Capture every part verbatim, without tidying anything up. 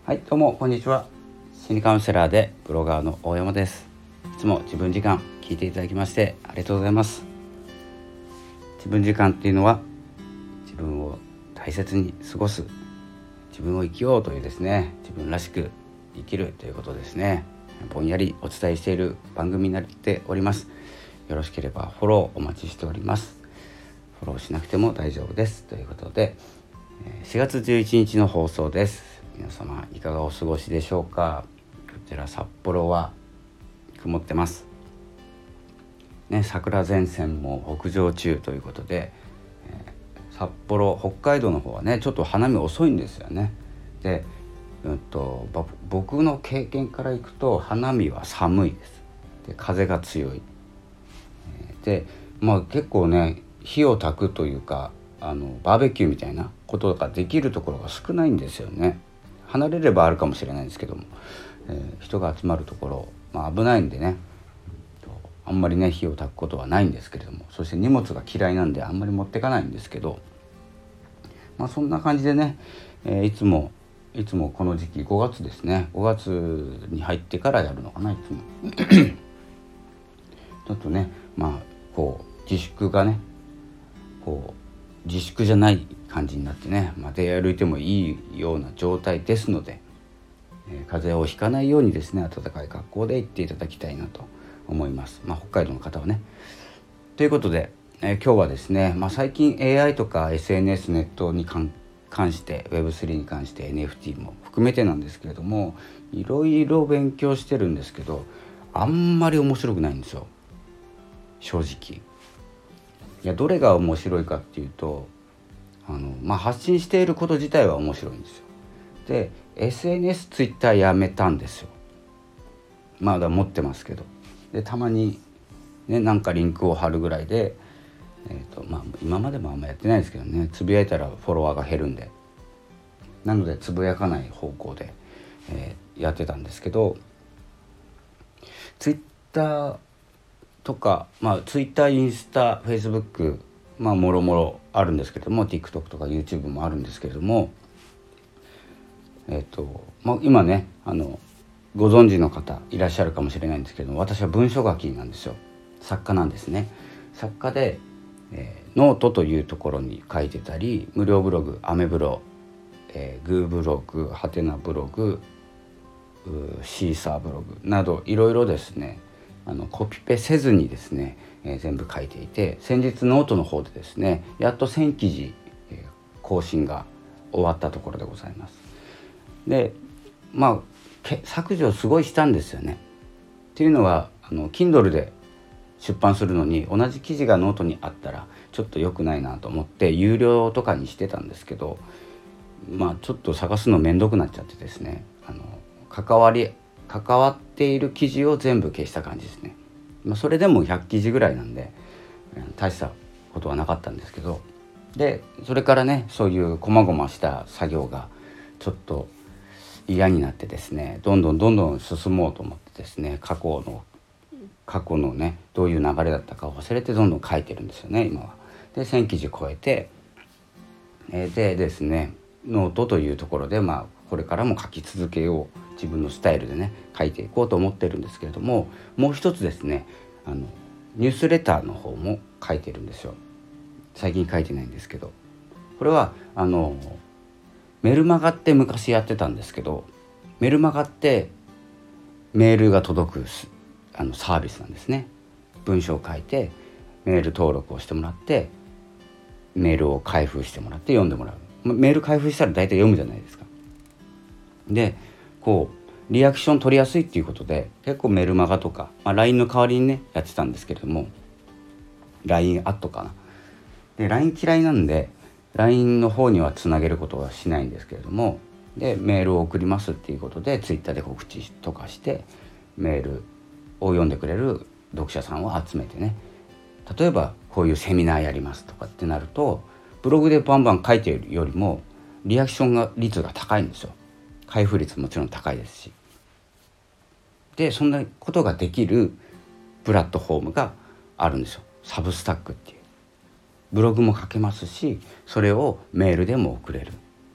はい、どうもこんにちは。心理カウンセラーでブロガーの大山です。いつも自分時間聞いていただきましてありがとうございます。自分時間っていうのは自分を大切に過ごす、自分を生きようというですね、自分らしく生きるということですね。ぼんやりお伝えしている番組になっております。よろしければフォローお待ちしております。フォローしなくても大丈夫ですということで、しがつじゅういちにちの放送です。皆様いかがお過ごしでしょうか。こちら札幌は曇ってますね。桜前線も北上中ということで、えー、札幌北海道の方はねちょっと花見遅いんですよね。で、うんと、僕の経験からいくと花見は寒いです。で、風が強い。で、まあ結構ね火を焚くというかあのバーベキューみたいなことができるところが少ないんですよね。離れればあるかもしれないんですけども、えー、人が集まるところ、まあ、危ないんでねあんまりね火を焚くことはないんですけれども、そして荷物が嫌いなんであんまり持ってかないんですけど、まあそんな感じでね、えー、いつもいつもこの時期ごがつですね、ごがつに入ってからやるのかな、いつもちょっとねまあこう自粛がねこう自粛じゃない感じになってね、まあ、出歩いてもいいような状態ですので、えー、風邪をひかないようにですね暖かい格好で行っていただきたいなと思います。まあ、北海道の方はね。ということで、えー、今日はですね、まあ、最近 エーアイ とか エスエヌエス ネットに関して ウェブスリー に関して エヌエフティー も含めてなんですけれども、いろいろ勉強してるんですけどあんまり面白くないんですよ、正直。いやどれが面白いかっていうとあの、まあ、発信していること自体は面白いんですよ。で エスエヌエス ツイッターやめたんですよ。まだ持ってますけど、でたまにねなんかリンクを貼るぐらいで、えーとまあ、今までもあんまやってないですけどね、つぶやいたらフォロワーが減るんで、なのでつぶやかない方向で、えー、やってたんですけど、ツイッターとか、まあ、ツイッター、インスタ、フェイスブック、まあもろもろあるんですけども、 TikTok とか YouTube もあるんですけれども、えっと、まあ、今ねあのご存知の方いらっしゃるかもしれないんですけども、私は文章書きなんですよ。作家なんですね。作家で、えー、ノートというところに書いてたり、無料ブログ、アメブロ、えー、グーブログ、ハテナブログ、シーサーブログなどいろいろですね、あのコピペせずにですね、えー、全部書いていて、先日ノートの方でですねやっとせん記事、えー、更新が終わったところでございます。でまあ削除すごいしたんですよね。っていうのはあの Kindle で出版するのに同じ記事がノートにあったらちょっと良くないなと思って有料とかにしてたんですけど、まあちょっと探すのめんどくなっちゃってですね、あの関わり関わっている記事を全部消した感じですね。まあ、それでもひゃく記事ぐらいなんで大したことはなかったんですけど、でそれからねそういう細々した作業がちょっと嫌になってですね、どんどんどんどん進もうと思ってですね、過去の過去のねどういう流れだったかを忘れてどんどん書いてるんですよね今は。でせん記事超えて、えー、でですねノートというところで、まあこれからも書き続けよう、自分のスタイルでね書いていこうと思ってるんですけれども、もう一つですねあのニュースレターの方も書いてるんですよ。最近書いてないんですけど、これはあのメルマガって昔やってたんですけど、メルマガってメールが届くあのサービスなんですね。文章を書いてメール登録をしてもらってメールを開封してもらって読んでもらう。メール開封したら大体読むじゃないですか。でこうリアクション取りやすいっていうことで結構メルマガとか、まあ、ライン の代わりにねやってたんですけれども、 ライン アットかな。で ライン 嫌いなんで ライン の方にはつなげることはしないんですけれども、でメールを送りますっていうことで Twitter で告知とかしてメールを読んでくれる読者さんを集めてね、例えばこういうセミナーやりますとかってなるとブログでバンバン書いているよりもリアクションが率が高いんですよ。開封率もちろん高いですし、でそんなことができるプラットフォームがあるんですよ。サブスタックっていうブログも書けますし、それをメールでも送れる。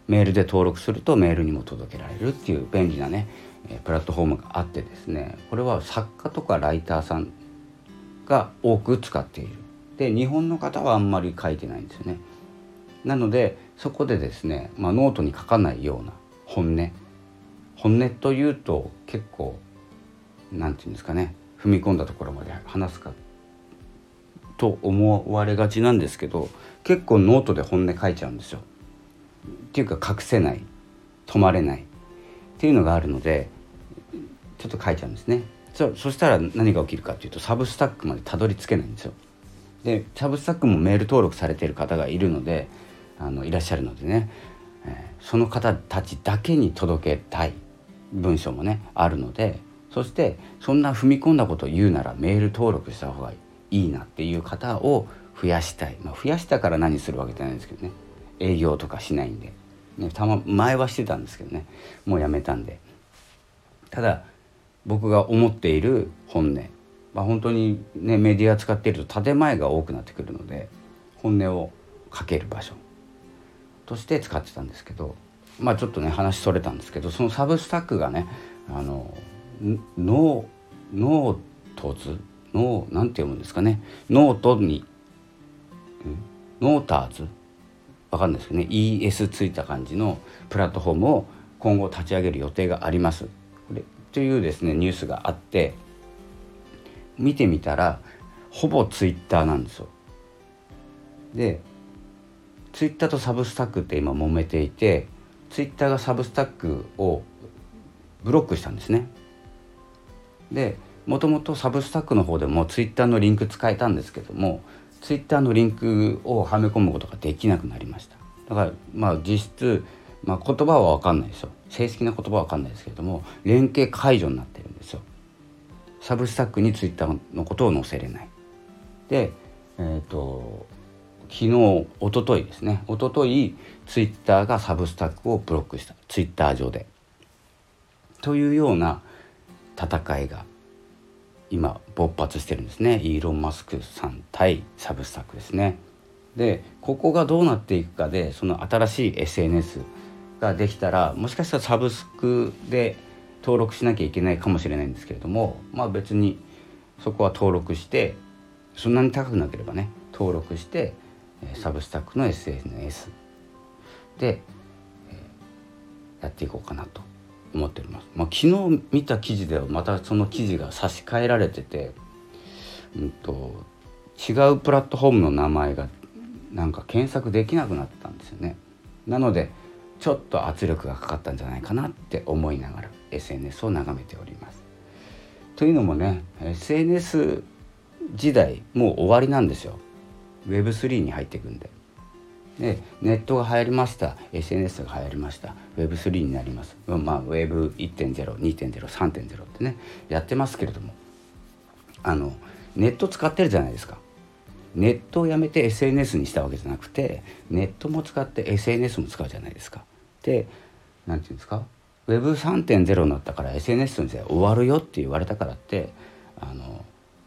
メールで登録するとメールにも届けられるっていう便利なねプラットフォームがあってですね、これは作家とかライターさんが多く使っている。で日本の方はあんまり書いてないんですよね。なのでそこでですね、まあ、ノートに書かないような本音本音というと結構なんていうんですかね、踏み込んだところまで話すかと思われがちなんですけど、結構ノートで本音書いちゃうんですよ。っていうか隠せない、止まれないっていうのがあるのでちょっと書いちゃうんですね。 そ, そしたら何が起きるかというと、サブスタックまでたどり着けないんですよ。でサブスタックもメール登録されている方がいるのであのいらっしゃるのでね、えー、その方たちだけに届けたい文章もねあるので、そしてそんな踏み込んだことを言うならメール登録した方がいいなっていう方を増やしたい、まあ、増やしたから何するわけじゃないんですけどね、営業とかしないんで、ね、たま前はしてたんですけどね、もうやめたんで。ただ僕が思っている本音、まあ、本当にねメディア使っていると建前が多くなってくるので本音を書ける場所として使ってたんですけど、まあちょっとね話それたんですけど、そのサブスタックがねあのノーノートズノーなんて読むんですかね、ノートにノーターズわかんないですけどね イーエス ついた感じのプラットフォームを今後立ち上げる予定がありますこれというですねニュースがあって、見てみたらほぼツイッターなんですよ。でツイッターとサブスタックって今揉めていて、ツイッターがサブスタックをブロックしたんですね。でもともとサブスタックの方でもツイッターのリンク使えたんですけども、ツイッターのリンクをはめ込むことができなくなりました。だからまあ実質、まあ、言葉は分かんないですよ、正式な言葉は分かんないですけれども連携解除になってるんですよ。サブスタックにツイッターのことを載せれない。でえっと昨日一昨日ですね、一昨日ツイッターがサブスタックをブロックした、ツイッター上でというような戦いが今勃発してるんですね。イーロン・マスクさん対サブスタックですね。でここがどうなっていくかで、その新しい エスエヌエス ができたらもしかしたらサブスクで登録しなきゃいけないかもしれないんですけれども、まあ別にそこは登録して、そんなに高くなければね登録してサブスタックの エスエヌエス でやっていこうかなと思っております。まあ、昨日見た記事ではまたその記事が差し替えられてて、うんと、違うプラットフォームの名前がなんか検索できなくなったんですよね。なのでちょっと圧力がかかったんじゃないかなって思いながら エスエヌエス を眺めております。というのもね エスエヌエス 時代もう終わりなんですよ。 ウェブスリー に入っていくんで。でネットが流行りました、 エスエヌエス が流行りました、 ウェブスリー になります。まあ ウェブいってんゼロ、にてんゼロ、さんてんゼロ ってねやってますけれども、あのネット使ってるじゃないですか。ネットをやめて エスエヌエス にしたわけじゃなくて、ネットも使って エスエヌエス も使うじゃないですか。でなんていうんですか、 ウェブさんてんゼロ になったから エスエヌエス の時代終わるよって言われたからってあの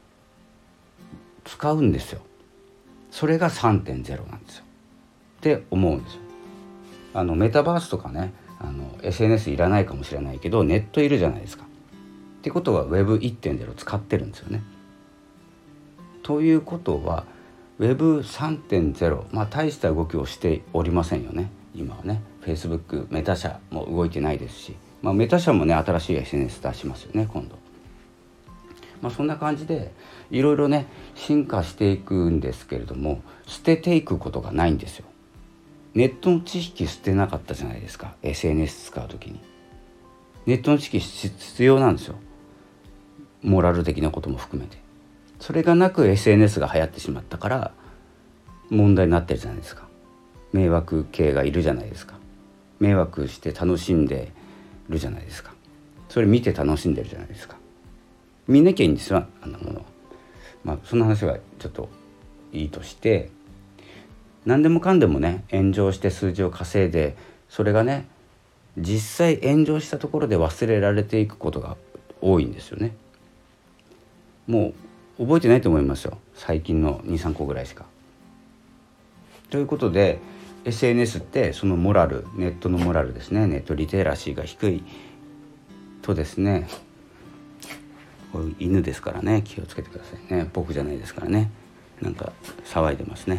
使うんですよ。それが さんてんゼロ なんですよって思うんですよ。あのメタバースとかねあの エスエヌエス いらないかもしれないけどネットいるじゃないですか。ってことは ウェブいってんゼロ 使ってるんですよね。ということは ウェブさんてんゼロ、まあ大した動きをしておりませんよね今はね。 Facebook メタ社も動いてないですし、まあ、メタ社もね新しい エスエヌエス 出しますよね今度。まあ、そんな感じでいろいろね進化していくんですけれども、捨てていくことがないんですよ。ネットの知識捨てなかったじゃないですか。 エスエヌエス 使うときにネットの知識必要なんですよ、モラル的なことも含めて。それがなく エスエヌエス が流行ってしまったから問題になってるじゃないですか。迷惑系がいるじゃないですか。迷惑して楽しんでるじゃないですか。それ見て楽しんでるじゃないですか。見なきゃいいんですよあんなものは。まあその話はちょっといいとして、何でもかんでもね炎上して数字を稼いで、それがね実際炎上したところで忘れられていくことが多いんですよね。もう覚えてないと思いますよ、最近の にさんこぐらいしか。ということでエスエヌエス ってそのモラル、ネットのモラルですね、ネットリテラシーが低いとですね、こう犬ですからね、気をつけてくださいね。僕じゃないですからね。なんか騒いでますね。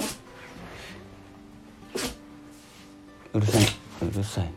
うるさいうるさい。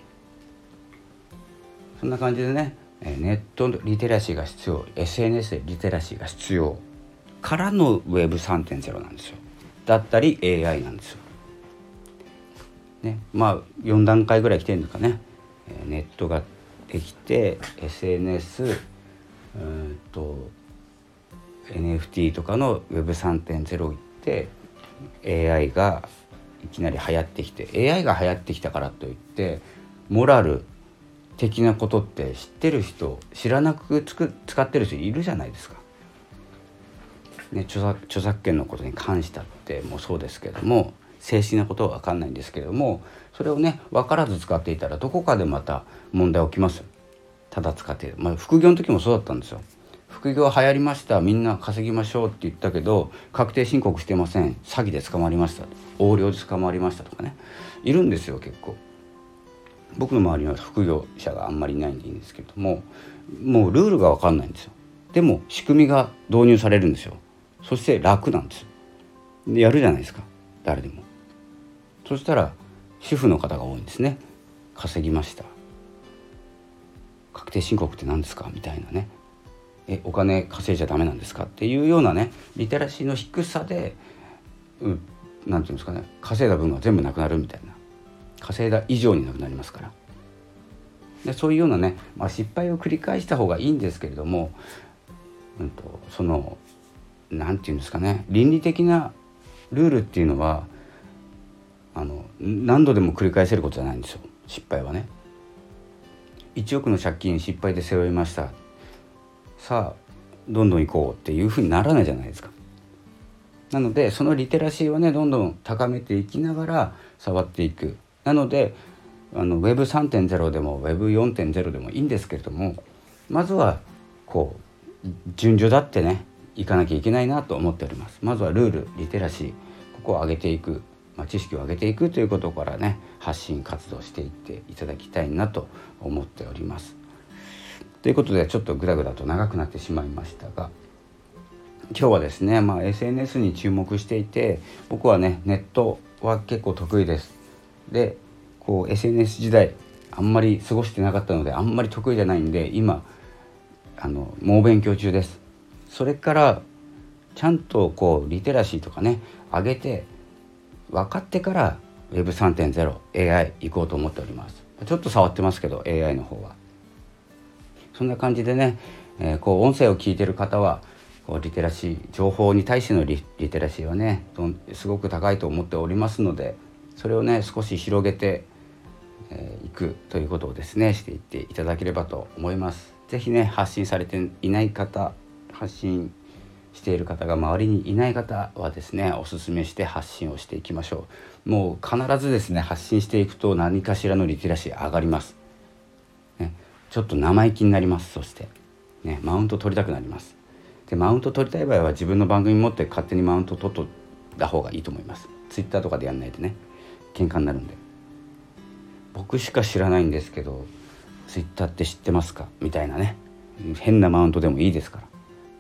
そんな感じでね、ネットリテラシーが必要、 エスエヌエス でリテラシーが必要からの ウェブさんてんゼロ なんですよ。だったり エーアイ なんですよ、ね、まあよん段階ぐらい来てるんですかね。ネットができて エスエヌエス、うーんと エヌエフティー とかの ウェブさんてんゼロ 行って エーアイ がいきなり流行ってきて、 エーアイ が流行ってきたからといってモラル的なことって知ってる人、知らなくつく使ってる人いるじゃないですか、ね、著作、著作権のことに関したってもそうですけども、正式なことは分かんないんですけども、それをね分からず使っていたらどこかでまた問題起きます。ただ使って、まあ、副業の時もそうだったんですよ。副業流行りました、みんな稼ぎましょうって言ったけど確定申告してません、詐欺で捕まりました、横領で捕まりましたとかね、いるんですよ結構。僕の周りには副業者があんまりいないんでいいんですけれども、もうルールが分かんないんですよ。でも仕組みが導入されるんですよ。そして楽なんですよ。でやるじゃないですか、誰でも。そしたら主婦の方が多いんですね。稼ぎました、確定申告って何ですかみたいなね、えお金稼いじゃダメなんですかっていうようなね、リテラシーの低さで、うん、なんていうんですかね、稼いだ分が全部なくなるみたいな、稼いだ以上になくなりますから。でそういうようなね、まあ、失敗を繰り返した方がいいんですけれども、うんと、そのなんていうんですかね、倫理的なルールっていうのはあの何度でも繰り返せることじゃないんですよ、失敗はね。いちおくの借金失敗で背負いました、さあどんどん行こうっていうふうにならないじゃないですか。なのでそのリテラシーをねどんどん高めていきながら触っていく。なのであの ウェブさんてんゼロ でも ウェブよんてんゼロ でもいいんですけれども、まずはこう順序だってねいかなきゃいけないなと思っております。まずはルール、リテラシー、ここを上げていく、まあ、知識を上げていくということからね発信活動していっていただきたいなと思っております。ということでちょっとグダグダと長くなってしまいましたが、今日はですね、まあ、エスエヌエス に注目していて、僕はねネットは結構得意です。でこう エスエヌエス 時代あんまり過ごしてなかったのであんまり得意じゃないんで、今あの猛勉強中です。それからちゃんとこうリテラシーとかね上げて分かってから ウェブさんてんゼロ エーアイ 行こうと思っております。ちょっと触ってますけど エーアイ の方はそんな感じでね、えー、こう音声を聞いてる方はこうリテラシー、情報に対しての リ, リテラシーはねすごく高いと思っておりますので、それをね少し広げてい、えー、くということをですねしていっていただければと思います。ぜひね発信されていない方、発信している方が周りにいない方はですねおすすめして発信をしていきましょう。もう必ずですね発信していくと何かしらのリテラシー上がります、ね、ちょっと生意気になります。そして、ね、マウント取りたくなります。でマウント取りたい場合は自分の番組持って勝手にマウント取った方がいいと思います。ツイッターとかでやんないでね喧嘩になるんで。僕しか知らないんですけどツイッターって知ってますかみたいなね、変なマウントでもいいですから、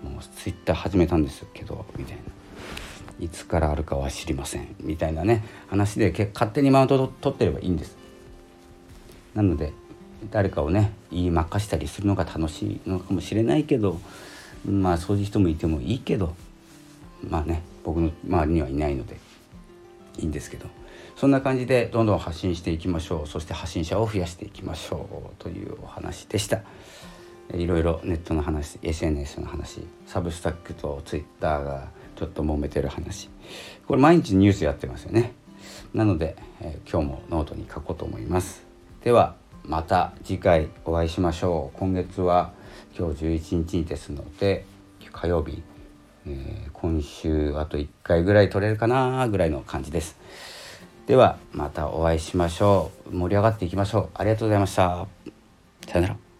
もうツイッター始めたんですけどみたいな、いつからあるかは知りませんみたいなね話で勝手にマウントを取ってればいいんです。なので誰かをね言いまかしたりするのが楽しいのかもしれないけど、まあそういう人もいてもいいけど、まあね僕の周りにはいないのでいいんですけど、そんな感じでどんどん発信していきましょう。そして発信者を増やしていきましょうというお話でした。いろいろネットの話、 エスエヌエス の話、サブスタックとツイッターがちょっと揉めてる話、これ毎日ニュースやってますよね。なので、えー、今日もノートに書こうと思います。ではまた次回お会いしましょう。今月は今日じゅういちにちですので火曜日、えー、今週あといっかいぐらい取れるかなぐらいの感じです。ではまたお会いしましょう。盛り上がっていきましょう。ありがとうございました。さよなら。